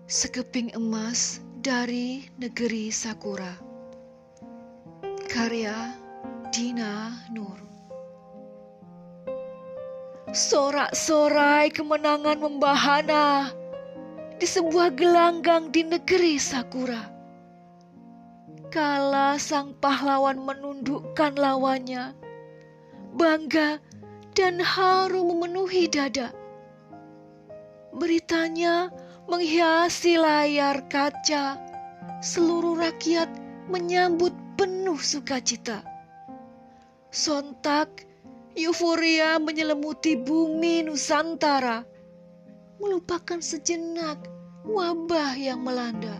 Sekeping Emas dari Negeri Sakura. Karya Dina Nur. Sorak-sorai kemenangan membahana di sebuah gelanggang di negeri Sakura. Kala sang pahlawan menundukkan lawannya, bangga dan haru memenuhi dada. Beritanya menghiasi layar kaca. Seluruh rakyat menyambut penuh sukacita. Sontak euforia menyelimuti bumi Nusantara, melupakan sejenak wabah yang melanda.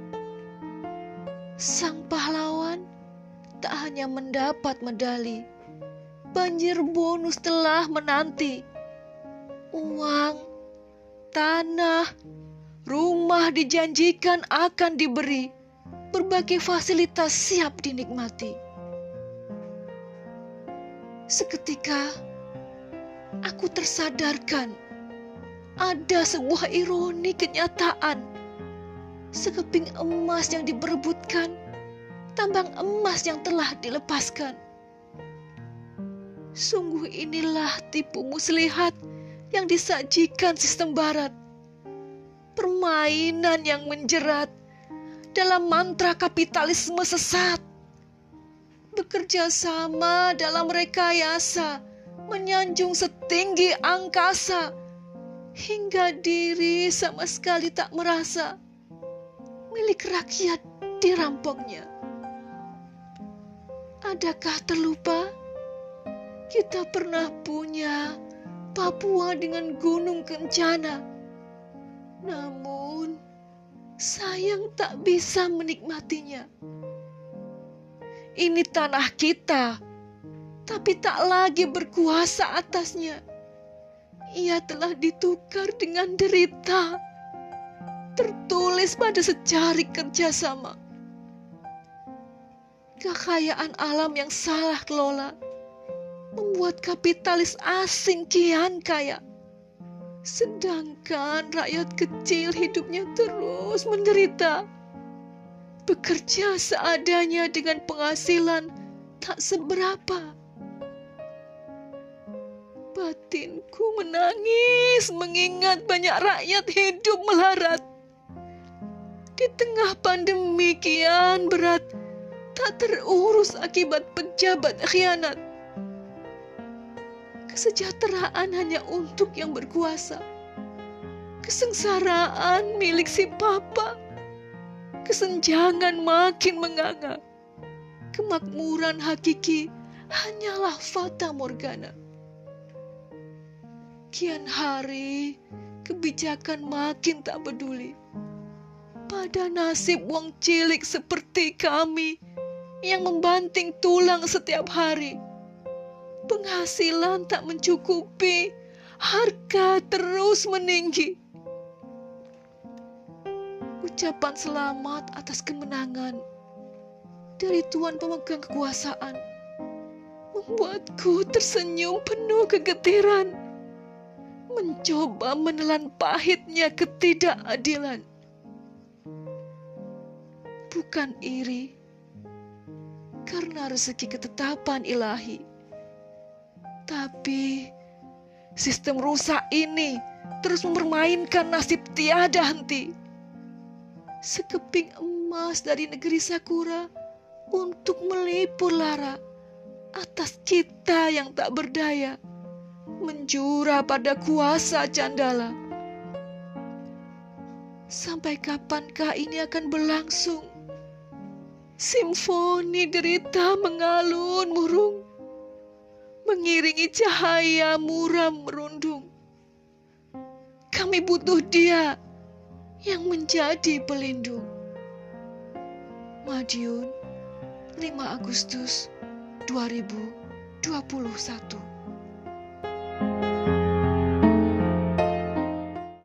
Sang pahlawan tak hanya mendapat medali, banjir bonus telah menanti. Uang, tanah, rumah dijanjikan akan diberi, berbagai fasilitas siap dinikmati. Seketika aku tersadarkan ada sebuah ironi kenyataan. Sekeping emas yang diperebutkan, tambang emas yang telah dilepaskan. Sungguh inilah tipu muslihat yang disajikan sistem barat. Permainan yang menjerat dalam mantra kapitalisme sesat. Bekerja sama dalam rekayasa, menyanjung setinggi angkasa, hingga diri sama sekali tak merasa milik rakyat dirampoknya. Adakah terlupa kita pernah punya Papua dengan gunung kencana, namun sayang tak bisa menikmatinya. Ini tanah kita, tapi tak lagi berkuasa atasnya. Ia telah ditukar dengan derita, tertulis pada secarik kerjasama. Kekayaan alam yang salah kelola membuat kapitalis asing kian kaya, sedangkan rakyat kecil hidupnya terus menderita. Bekerja seadanya dengan penghasilan tak seberapa. Batinku menangis mengingat banyak rakyat hidup melarat. Di tengah pandemi kian berat, tak terurus akibat pejabat khianat. Kesejahteraan hanya untuk yang berkuasa. Kesengsaraan milik si papa. Kesenjangan makin menganga. Kemakmuran hakiki hanyalah fata morgana. Kian hari, kebijakan makin tak peduli pada nasib wong cilik seperti kami yang membanting tulang setiap hari. Penghasilan tak mencukupi, harga terus meninggi. Ucapan selamat atas kemenangan dari tuan pemegang kekuasaan membuatku tersenyum penuh kegetiran, mencoba menelan pahitnya ketidakadilan. Bukan iri, karena rezeki ketetapan ilahi. Tapi sistem rusak ini terus mempermainkan nasib tiada henti. Sekeping emas dari negeri Sakura untuk melipur lara atas kita yang tak berdaya, menjura pada kuasa candala. Sampai kapankah ini akan berlangsung? Simfoni derita mengalun murung, mengiringi cahaya muram merundung. Kami butuh Dia yang menjadi pelindung. Madiun, 5 Agustus 2021.